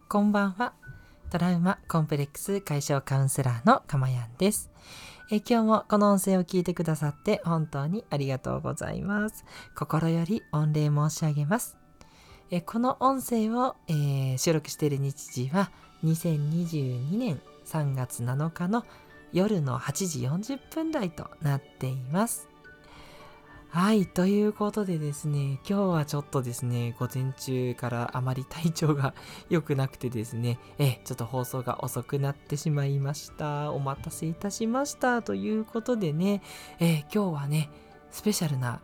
こんばんは。トラウマコンプレックス解消カウンセラーのかまやんです。今日もこの音声を聞いてくださって本当にありがとうございます。心より御礼申し上げます。この音声を、収録している日時は2022年3月7日の夜の8時40分台となっています。はい、ということでですね、今日はちょっとですね、午前中からあまり体調が良くなくてですね、ちょっと放送が遅くなってしまいました。お待たせいたしました。ということでね、今日はね、スペシャルな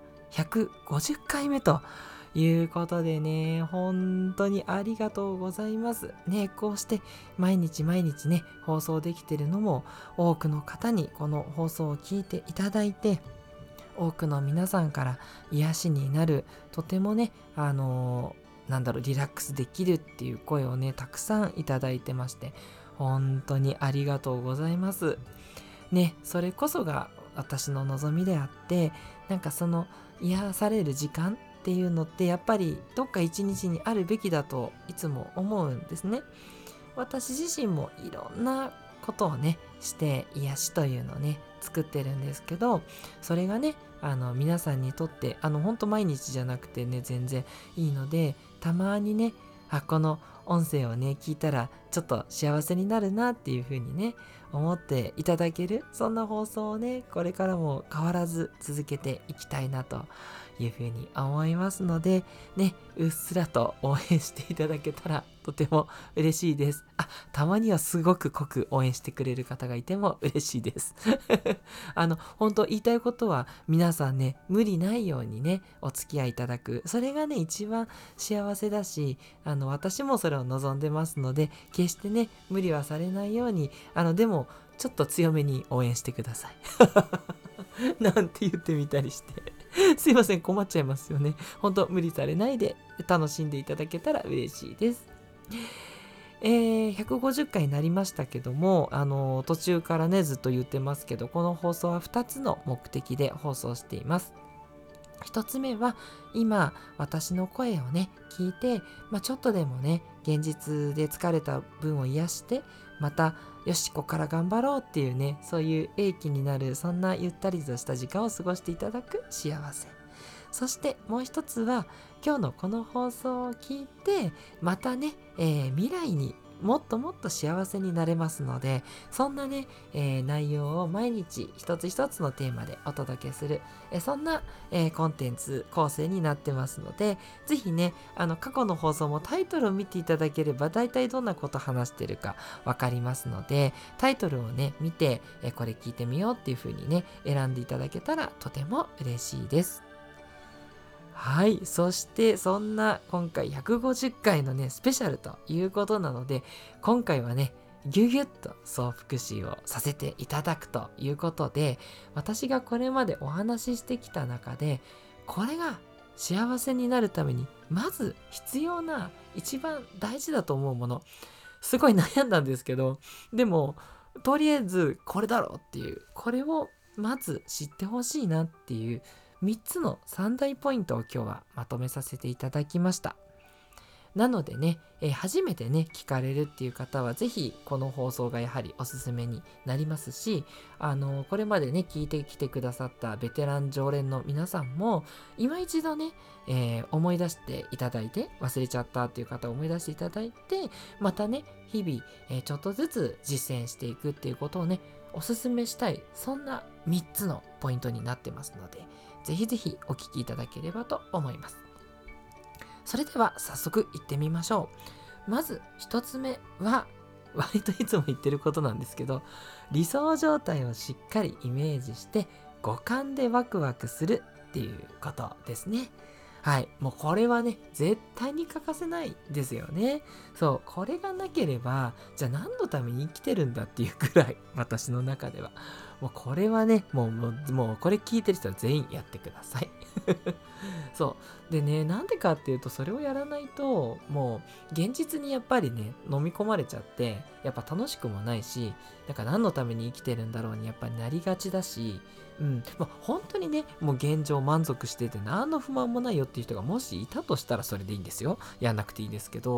150回目ということでね、本当にありがとうございます。ね、こうして毎日毎日ね、放送できてるのも多くの方にこの放送を聞いていただいて、多くの皆さんから癒しになる、とてもね、リラックスできるっていう声をね、たくさんいただいてまして、本当にありがとうございます。ね、それこそが私の望みであって、なんかその癒される時間っていうのってやっぱりどっか一日にあるべきだといつも思うんですね。私自身もいろんなことをねして癒しというのをね作ってるんですけど、それがね皆さんにとって本当毎日じゃなくてね全然いいので、たまにねこの音声をね聞いたらちょっと幸せになるなっていう風にね思っていただける、そんな放送をねこれからも変わらず続けていきたいなという風に思いますのでね、うっすらと応援していただけたらとても嬉しいです。たまにはすごく濃く応援してくれる方がいても嬉しいです本当言いたいことは皆さんね無理ないようにねお付き合いいただく、それがね一番幸せだし、私もそれを望んでますので、決してね無理はされないようにでもちょっと強めに応援してくださいなんて言ってみたりしてすいません、困っちゃいますよね。本当無理されないで楽しんでいただけたら嬉しいです。150回になりましたけども、途中からねずっと言ってますけど、この放送は2つの目的で放送しています。一つ目は今私の声をね聞いて、ちょっとでもね現実で疲れた分を癒して、またよしここから頑張ろうっていうね、そういう英気になる、そんなゆったりとした時間を過ごしていただく幸せ。そしてもう一つは今日のこの放送を聞いてまたね、未来にもっともっと幸せになれますので、そんなね、内容を毎日一つ一つのテーマでお届けする、そんな、コンテンツ構成になってますので、ぜひね過去の放送もタイトルを見ていただければ大体どんなこと話してるかわかりますので、タイトルをね見て、これ聞いてみようっていう風にね選んでいただけたらとても嬉しいです。はい、そしてそんな今回150回のねスペシャルということなので、今回はねギュギュッと総復習をさせていただくということで、私がこれまでお話ししてきた中でこれが幸せになるためにまず必要な一番大事だと思うもの、すごい悩んだんですけど、でもとりあえずこれだろうっていう、これをまず知ってほしいなっていう3つの3大ポイントを今日はまとめさせていただきました。なのでね、初めてね聞かれるっていう方はぜひこの放送がやはりおすすめになりますし、これまでね聞いてきてくださったベテラン常連の皆さんも今一度ね、思い出していただいて、忘れちゃったっていう方を思い出していただいて、またね日々、ちょっとずつ実践していくっていうことをねおすすめしたい、そんな3つのポイントになってますので、ぜひぜひお聞きいただければと思います。それでは早速行ってみましょう。まず1つ目は割といつも言ってることなんですけど、理想状態をしっかりイメージして五感でワクワクするっていうことですね。はい、もうこれはね絶対に欠かせないですよね。そう、これがなければじゃあ何のために生きてるんだっていうくらい、私の中ではもうこれはねもうこれ聞いてる人は全員やってくださいそうでね、なんでかっていうと、それをやらないともう現実にやっぱりね飲み込まれちゃって、やっぱ楽しくもないし、だから何のために生きてるんだろうにやっぱりなりがちだし、本当にねもう現状満足してて何の不満もないよっていう人がもしいたとしたらそれでいいんですよ、やんなくていいですけど、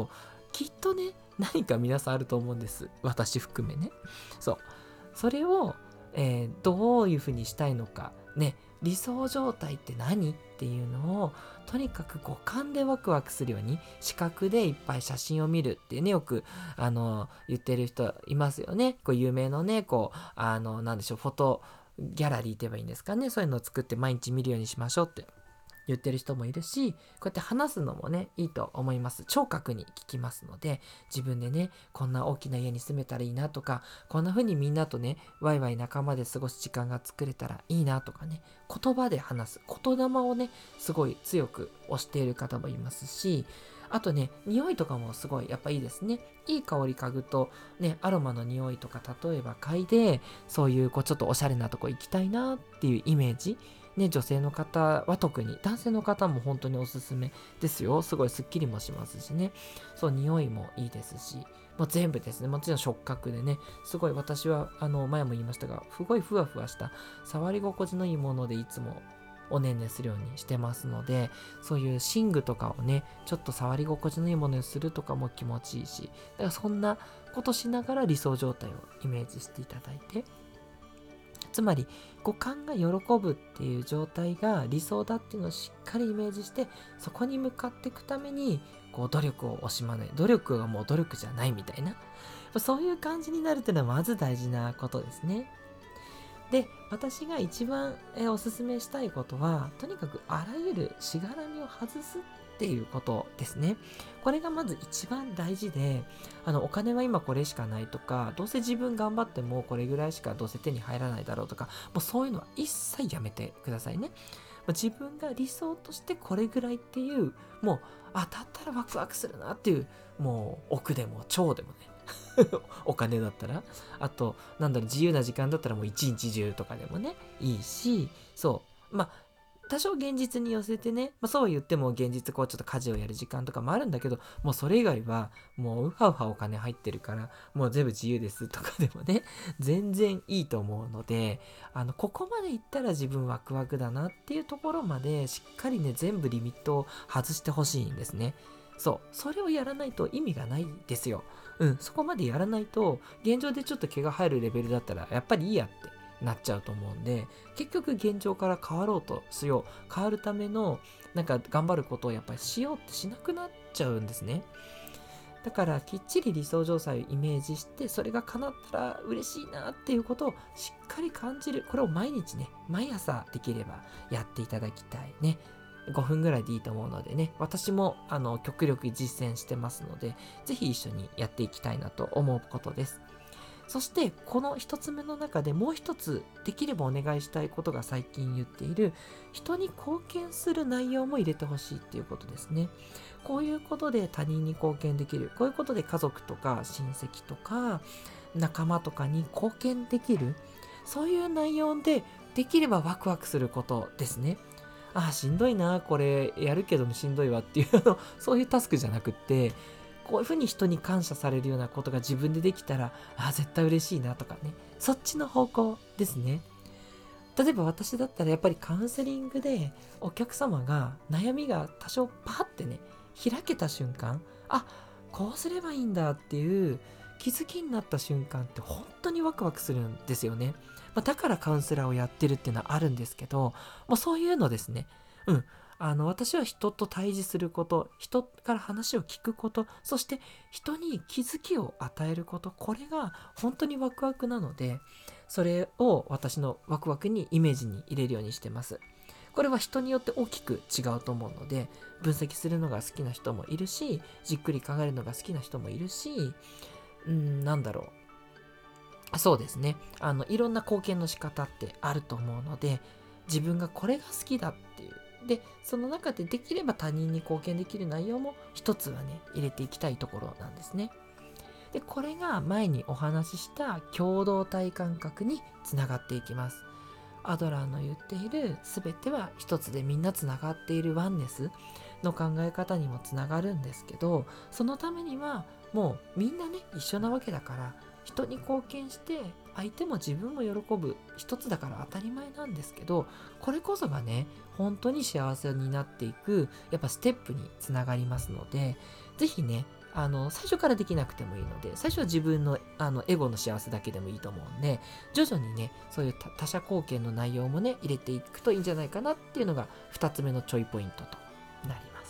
きっとね、何か皆さんあると思うんです。私含めね。そう。それを、どういうふうにしたいのか。ね、理想状態って何っていうのを、とにかく五感でワクワクするように、視覚でいっぱい写真を見るっていうね、よく、言ってる人いますよね。こう、有名のね、こう、なんでしょう、フォトギャラリーって言えばいいんですかね。そういうのを作って毎日見るようにしましょうって。言ってる人もいるし、こうやって話すのもね、いいと思います。聴覚に聞きますので、自分でね、こんな大きな家に住めたらいいなとか、こんな風にみんなとね、ワイワイ仲間で過ごす時間が作れたらいいなとかね、言葉で話す、言霊をね、すごい強く推している方もいますし、あとね、匂いとかもすごいやっぱいいですね。いい香り嗅ぐと、ね、アロマの匂いとか例えば嗅いで、そういうこうちょっとおしゃれなとこ行きたいなっていうイメージ、ね、女性の方は特に、男性の方も本当におすすめですよ。すごいスッキリもしますしね。そう、匂いもいいですし、もう全部ですね。もちろん触覚でね、すごい私は、前も言いましたが、すごいふわふわした、触り心地のいいものでいつもおねんねするようにしてますので、そういう寝具とかをね、ちょっと触り心地のいいものにするとかも気持ちいいし、だからそんなことしながら理想状態をイメージしていただいて、つまり五感が喜ぶっていう状態が理想だっていうのをしっかりイメージして、そこに向かっていくためにこう努力を惜しまない、努力がもう努力じゃないみたいな、そういう感じになるっていうのはまず大事なことですね。で、私が一番おすすめしたいことは、とにかくあらゆるしがらみを外すっていうことですね。これがまず一番大事で、お金は今これしかないとか、どうせ自分頑張ってもこれぐらいしかどうせ手に入らないだろうとか、もうそういうのは一切やめてくださいね。自分が理想としてこれぐらいっていう、もう当たったらワクワクするなっていう、もう億でも超でもね、お金だったら、あとなんだろう、自由な時間だったらもう一日中とかでもねいいし、そう多少現実に寄せてね、そう言っても現実こうちょっと家事をやる時間とかもあるんだけど、もうそれ以外はもうウハウハお金入ってるからもう全部自由ですとかでもね全然いいと思うので、ここまでいったら自分ワクワクだなっていうところまでしっかりね全部リミットを外してほしいんですね。それをやらないと意味がないですよ。そこまでやらないと、現状でちょっと毛が生えるレベルだったら、やっぱりいいやってなっちゃうと思うんで、結局現状から変わろうとしよう。変わるための、なんか頑張ることをやっぱりしようってしなくなっちゃうんですね。だからきっちり理想状態をイメージして、それが叶ったら嬉しいなっていうことをしっかり感じる。これを毎日ね、毎朝できればやっていただきたいね。5分ぐらいでいいと思うのでね、私も極力実践してますので、ぜひ一緒にやっていきたいなと思うことです。そしてこの一つ目の中でもう一つできればお願いしたいことが最近言っている、人に貢献する内容も入れてほしいっていうことですね。こういうことで他人に貢献できる、こういうことで家族とか親戚とか仲間とかに貢献できる、そういう内容でできればワクワクすることですね。しんどいな、これやるけどもしんどいわっていうそういうタスクじゃなくって、こういうふうに人に感謝されるようなことが自分でできたら、絶対嬉しいなとかね、そっちの方向ですね。例えば私だったらやっぱりカウンセリングでお客様が悩みが多少パーってね、開けた瞬間、こうすればいいんだっていう気づきになった瞬間って本当にワクワクするんですよね。だからカウンセラーをやってるっていうのはあるんですけど、もうそういうのですね。私は人と対峙すること、人から話を聞くこと、そして人に気づきを与えること、これが本当にワクワクなので、それを私のワクワクにイメージに入れるようにしてます。これは人によって大きく違うと思うので、分析するのが好きな人もいるし、じっくり考えるのが好きな人もいるし、なんだろう。そうですね。いろんな貢献の仕方ってあると思うので、自分がこれが好きだっていう。で、その中でできれば他人に貢献できる内容も一つはね、入れていきたいところなんですね。で、これが前にお話しした共同体感覚につながっていきます。アドラーの言っている全ては一つでみんなつながっているワンネスの考え方にもつながるんですけど、そのためにはもうみんなね一緒なわけだから、人に貢献して相手も自分も喜ぶ一つだから当たり前なんですけど、これこそがね本当に幸せになっていくやっぱステップにつながりますので、ぜひね最初からできなくてもいいので、最初は自分のエゴの幸せだけでもいいと思うんで、徐々にね、そういう他者貢献の内容もね、入れていくといいんじゃないかなっていうのが2つ目のちょいポイントとなります。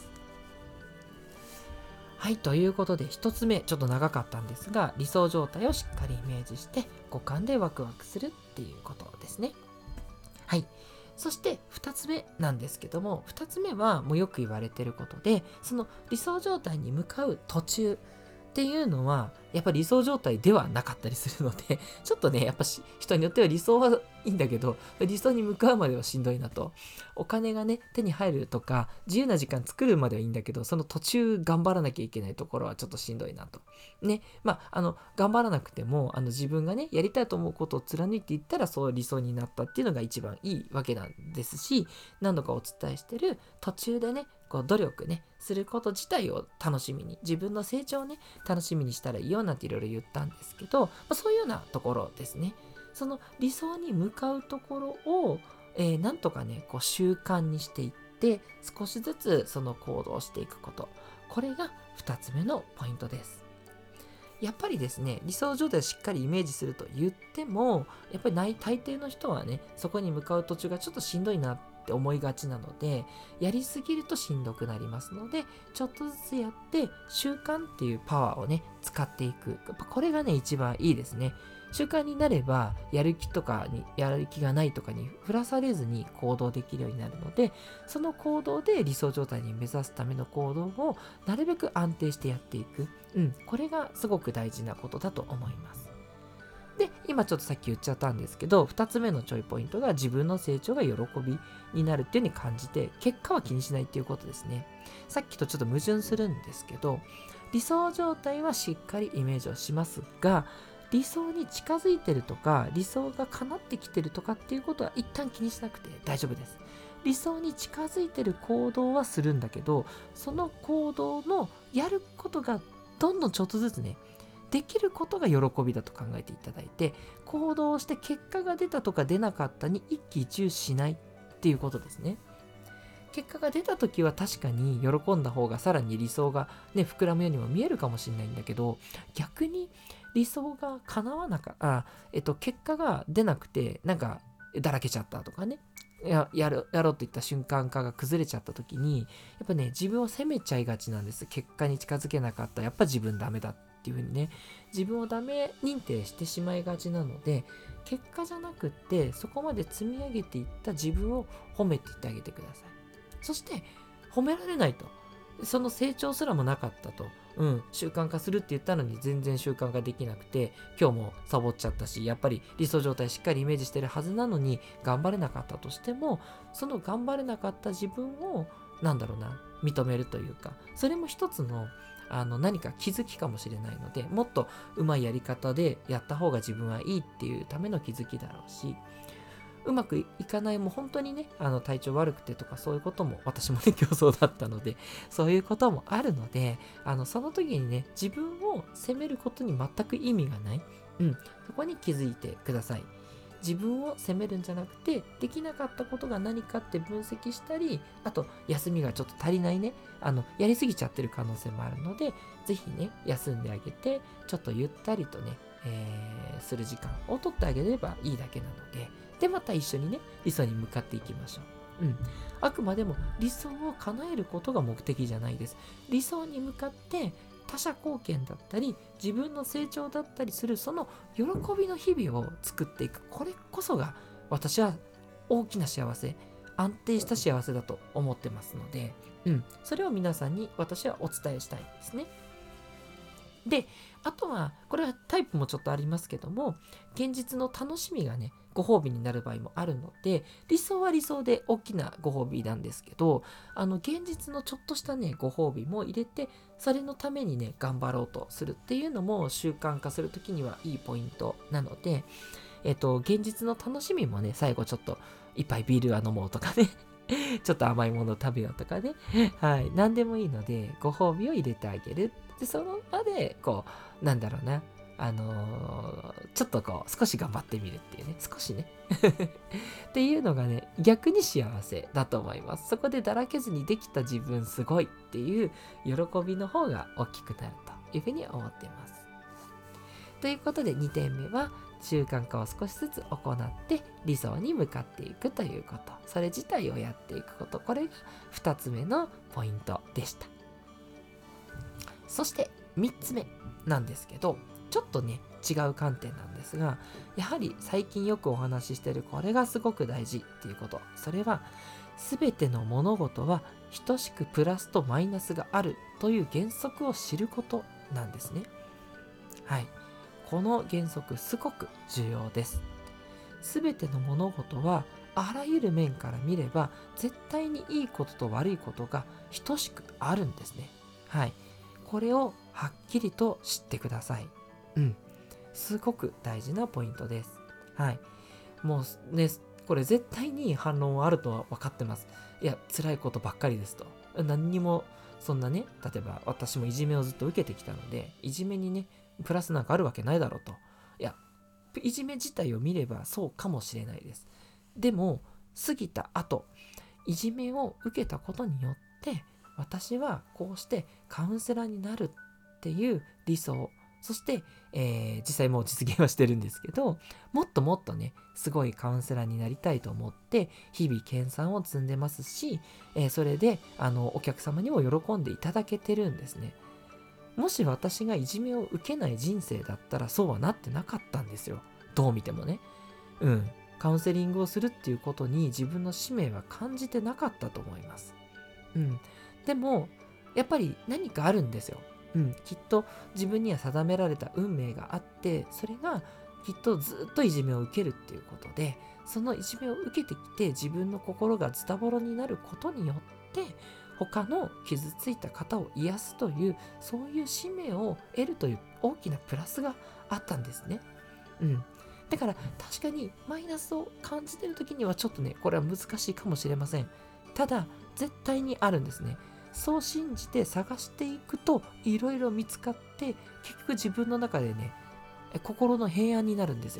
はい、ということで1つ目、ちょっと長かったんですが、理想状態をしっかりイメージして五感でワクワクするっていうことですね。はい。そして2つ目なんですけども、2つ目はもうよく言われてることで、その理想状態に向かう途中っていうのはやっぱり理想状態ではなかったりするので、ちょっとね、やっぱ人によっては理想はいいんだけど、理想に向かうまではしんどいなと。お金がね、手に入るとか自由な時間作るまではいいんだけど、その途中頑張らなきゃいけないところはちょっとしんどいなとね。頑張らなくても自分がねやりたいと思うことを貫いていったら、そう理想になったっていうのが一番いいわけなんですし、何度かお伝えしてる途中でね、こう努力ねすること自体を楽しみに、自分の成長をね楽しみにしたらいいよなんていろいろ言ったんですけど、そういうようなところですね。その理想に向かうところを、なんとかねこう習慣にしていって、少しずつその行動をしていくこと、これが2つ目のポイントです。やっぱりですね、理想状態をしっかりイメージすると言っても、やっぱり大抵の人はね、そこに向かう途中がちょっとしんどいなって思いがちなので、やりすぎるとしんどくなりますので、ちょっとずつやって習慣っていうパワーをね使っていく、やっぱこれがね一番いいですね。習慣になればやる気がないとかに振らされずに行動できるようになるので、その行動で理想状態に目指すための行動をなるべく安定してやっていく、これがすごく大事なことだと思います。で、今ちょっとさっき言っちゃったんですけど、2つ目のちょいポイントが自分の成長が喜びになるっていう風に感じて、結果は気にしないっていうことですね。さっきとちょっと矛盾するんですけど、理想状態はしっかりイメージをしますが、理想に近づいてるとか、理想が叶ってきてるとかっていうことは一旦気にしなくて大丈夫です。理想に近づいてる行動はするんだけど、その行動のやることがどんどんちょっとずつね、できることが喜びだと考えていただいて、行動して結果が出たとか出なかったに一喜一憂しないっていうことですね。結果が出た時は確かに喜んだ方がさらに理想がね膨らむようにも見えるかもしれないんだけど、逆に理想が叶わなか結果が出なくてなんかだらけちゃったとかね、やろうといった瞬間化が崩れちゃった時に、やっぱね自分を責めちゃいがちなんです。結果に近づけなかった、やっぱ自分ダメだっていう風にね、自分をダメ認定してしまいがちなので、結果じゃなくってそこまで積み上げていった自分を褒めていってあげてください。そして褒められないと、その成長すらもなかったと、習慣化するって言ったのに全然習慣化できなくて、今日もサボっちゃったし、やっぱり理想状態しっかりイメージしてるはずなのに頑張れなかったとしても、その頑張れなかった自分を認めるというか、それも一つの何か気づきかもしれないので、もっとうまいやり方でやった方が自分はいいっていうための気づきだろうし、うまくいかない、もう本当にね体調悪くてとか、そういうことも私もね競争だったので、そういうこともあるので、その時にね自分を責めることに全く意味がない、そこに気づいてください。自分を責めるんじゃなくて、できなかったことが何かって分析したり、あと休みがちょっと足りないね、やりすぎちゃってる可能性もあるので、ぜひね休んであげて、ちょっとゆったりとね、する時間を取ってあげればいいだけなので、でまた一緒にね理想に向かっていきましょう。あくまでも理想を叶えることが目的じゃないです。理想に向かって他者貢献だったり自分の成長だったりする、その喜びの日々を作っていく、これこそが私は大きな幸せ、安定した幸せだと思ってますので、それを皆さんに私はお伝えしたいんですね。で、あとはこれはタイプもちょっとありますけども、現実の楽しみがねご褒美になる場合もあるので、理想は理想で大きなご褒美なんですけど、現実のちょっとしたねご褒美も入れて、それのためにね頑張ろうとするっていうのも習慣化するときにはいいポイントなので、現実の楽しみもね、最後ちょっと一杯ビールは飲もうとかねちょっと甘いものを食べようとかね、何でもいいのでご褒美を入れてあげる。でその場でちょっと少し頑張ってみるっていうね、少しねっていうのがね逆に幸せだと思います。そこでだらけずにできた自分すごいっていう喜びの方が大きくなるというふうに思っています。ということで2点目は習慣化を少しずつ行って理想に向かっていくということ、それ自体をやっていくこと、これが2つ目のポイントでした。そして3つ目なんですけど、ちょっとね違う観点なんですが、やはり最近よくお話ししているこれがすごく大事っていうこと、それは全ての物事は等しくプラスとマイナスがあるという原則を知ることなんですね。はい、この原則すごく重要です。全ての物事はあらゆる面から見れば絶対にいいことと悪いことが等しくあるんですね。はい、これをはっきりと知ってください。すごく大事なポイントです。はい、もうね、これ絶対に反論はあるとは分かってます。いや、辛いことばっかりですと。何にもそんなね、例えば私もいじめをずっと受けてきたので、いじめにね、プラスなんかあるわけないだろうと。いや、いじめ自体を見ればそうかもしれないです。でも、過ぎた後、いじめを受けたことによって、私はこうしてカウンセラーになるっていう理想、そして、実際もう実現はしてるんですけど、もっともっとね、すごいカウンセラーになりたいと思って、日々研鑽を積んでますし、それで、お客様にも喜んでいただけてるんですね。もし私がいじめを受けない人生だったら、そうはなってなかったんですよ。どう見てもね。カウンセリングをするっていうことに自分の使命は感じてなかったと思います。でも、やっぱり何かあるんですよ。きっと自分には定められた運命があって、それがきっとずっといじめを受けるっていうことで、そのいじめを受けてきて自分の心がズタボロになることによって他の傷ついた方を癒すという、そういう使命を得るという大きなプラスがあったんですね。だから確かにマイナスを感じてる時にはちょっとね、これは難しいかもしれません。ただ絶対にあるんですね。そう信じて探していくといろいろ見つかって、結局自分の中でね、心の平安になるんですよ。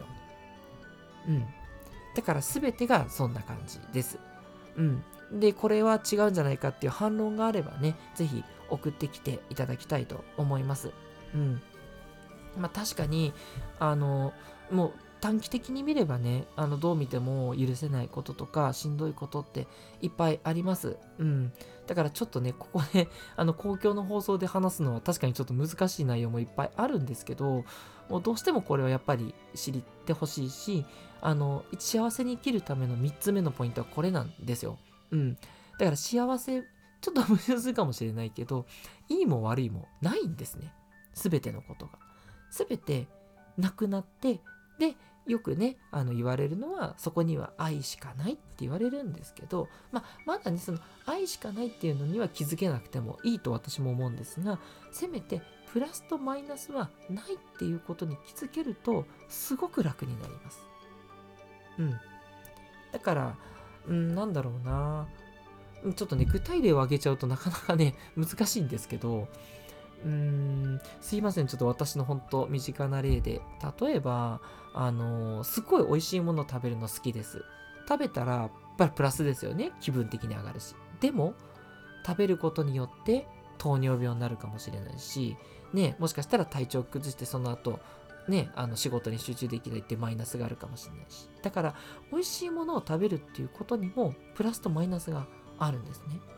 だから全てがそんな感じです。で、これは違うんじゃないかっていう反論があればね、ぜひ送ってきていただきたいと思います。確かに、もう短期的に見ればね、どう見ても許せないこととか、しんどいことっていっぱいあります。だからちょっとね、ここで、公共の放送で話すのは確かにちょっと難しい内容もいっぱいあるんですけど、もうどうしてもこれはやっぱり知ってほしいし、幸せに生きるための3つ目のポイントはこれなんですよ。だから幸せ、ちょっと矛盾するかもしれないけど、いいも悪いもないんですね。すべてのことが。すべてなくなって、で、よくね、言われるのは、そこには愛しかないって言われるんですけど、まだね、その愛しかないっていうのには気づけなくてもいいと私も思うんですが、せめてプラスとマイナスはないっていうことに気づけると、すごく楽になります。だから、なんだろうな。ちょっとね、具体例を挙げちゃうとなかなかね、難しいんですけど、すいません。ちょっと私の本当身近な例で。例えば、すっごい美味しいものを食べるの好きです。食べたら、やっぱりプラスですよね。気分的に上がるし。でも、食べることによって糖尿病になるかもしれないし、ね、もしかしたら体調を崩してその後、ね、仕事に集中できないってマイナスがあるかもしれないし。だから、美味しいものを食べるっていうことにも、プラスとマイナスがあるんですね。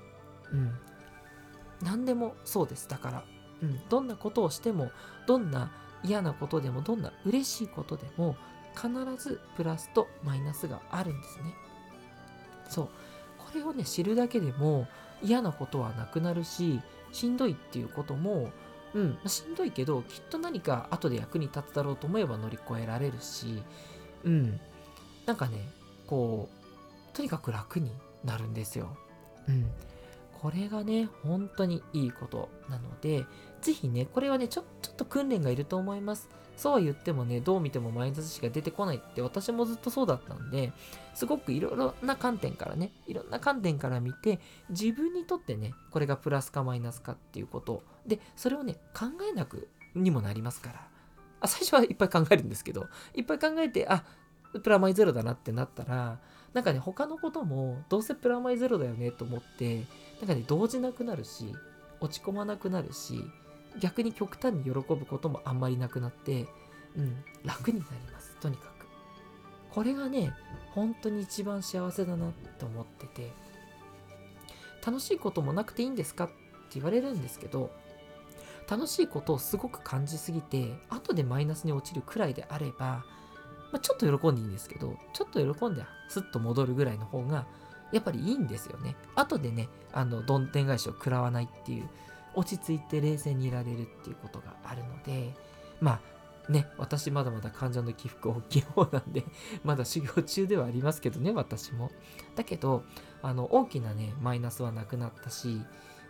何でもそうです。だから。どんなことをしても、どんな嫌なことでも、どんな嬉しいことでも、必ずプラスとマイナスがあるんですね。そう。これをね、知るだけでも嫌なことはなくなるし、しんどいっていうことも、しんどいけど、きっと何か後で役に立つだろうと思えば乗り越えられるし、なんかね、こう、とにかく楽になるんですよ。これがね、本当にいいことなので、ぜひね、これはね、ちょっと訓練がいると思います。そうは言ってもね、どう見てもマイナスしか出てこないって私もずっとそうだったんで、すごくいろいろな観点からね、いろんな観点から見て、自分にとってね、これがプラスかマイナスかっていうことで、それをね、考えなくにもなりますから。最初はいっぱい考えるんですけど、いっぱい考えて、プラマイゼロだなってなったら、なんかね、他のこともどうせプラマイゼロだよねと思って、なんかね、動じなくなるし、落ち込まなくなるし、 逆に極端に喜ぶこともあんまりなくなって、楽になります。とにかくこれがね本当に一番幸せだなと思ってて、楽しいこともなくていいんですかって言われるんですけど、楽しいことをすごく感じすぎて後でマイナスに落ちるくらいであれば、ちょっと喜んでいいんですけど、ちょっと喜んでスッと戻るぐらいの方がやっぱりいいんですよね。後でねどんでん返しを食らわないっていう、落ち着いて冷静にいられるっていうことがあるので、私まだまだ感情の起伏大きい方なんでまだ修行中ではありますけどね、私も。だけど大きなねマイナスはなくなったし、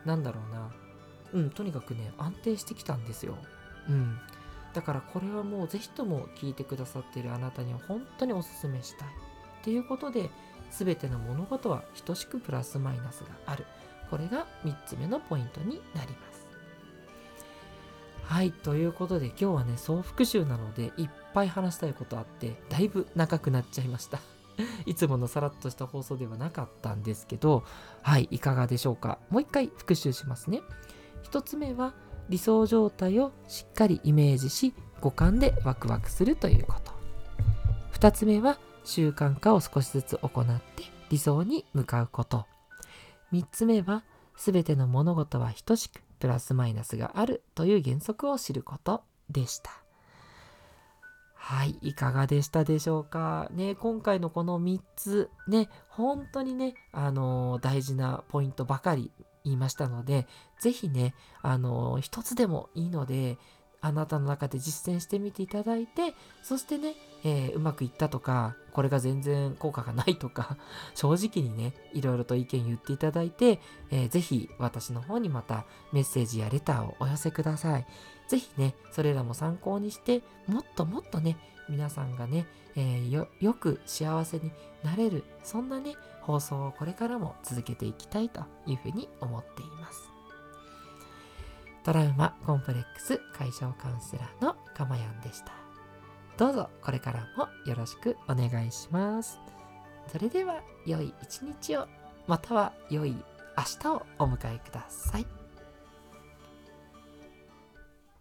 とにかくね安定してきたんですよ。だからこれはもうぜひとも聞いてくださっているあなたには本当にお勧めしたいっていうことで、全ての物事は等しくプラスマイナスがある。これが3つ目のポイントになります。はい、ということで今日はね総復習なのでいっぱい話したいことあってだいぶ長くなっちゃいましたいつものさらっとした放送ではなかったんですけど、はい、いかがでしょうか。もう一回復習しますね。1つ目は理想状態をしっかりイメージし五感でワクワクするということ。2つ目は習慣化を少しずつ行って理想に向かうこと。3つ目は全ての物事は等しくプラスマイナスがあるという原則を知ることでした。はい、いかがでしたでしょうかね。今回のこの3つね、本当にね、大事なポイントばかり言いましたので、ぜひね、一つでもいいのであなたの中で実践してみていただいて、そしてね、うまくいったとかこれが全然効果がないとか正直にねいろいろと意見言っていただいて、ぜひ私の方にまたメッセージやレターをお寄せください。ぜひねそれらも参考にしてもっともっとね皆さんがね、よく幸せになれる、そんなね放送をこれからも続けていきたいというふうに思っています。トラウマコンプレックス解消カウンセラーのかまやんでした。どうぞこれからもよろしくお願いします。それでは良い一日を、または良い明日をお迎えください。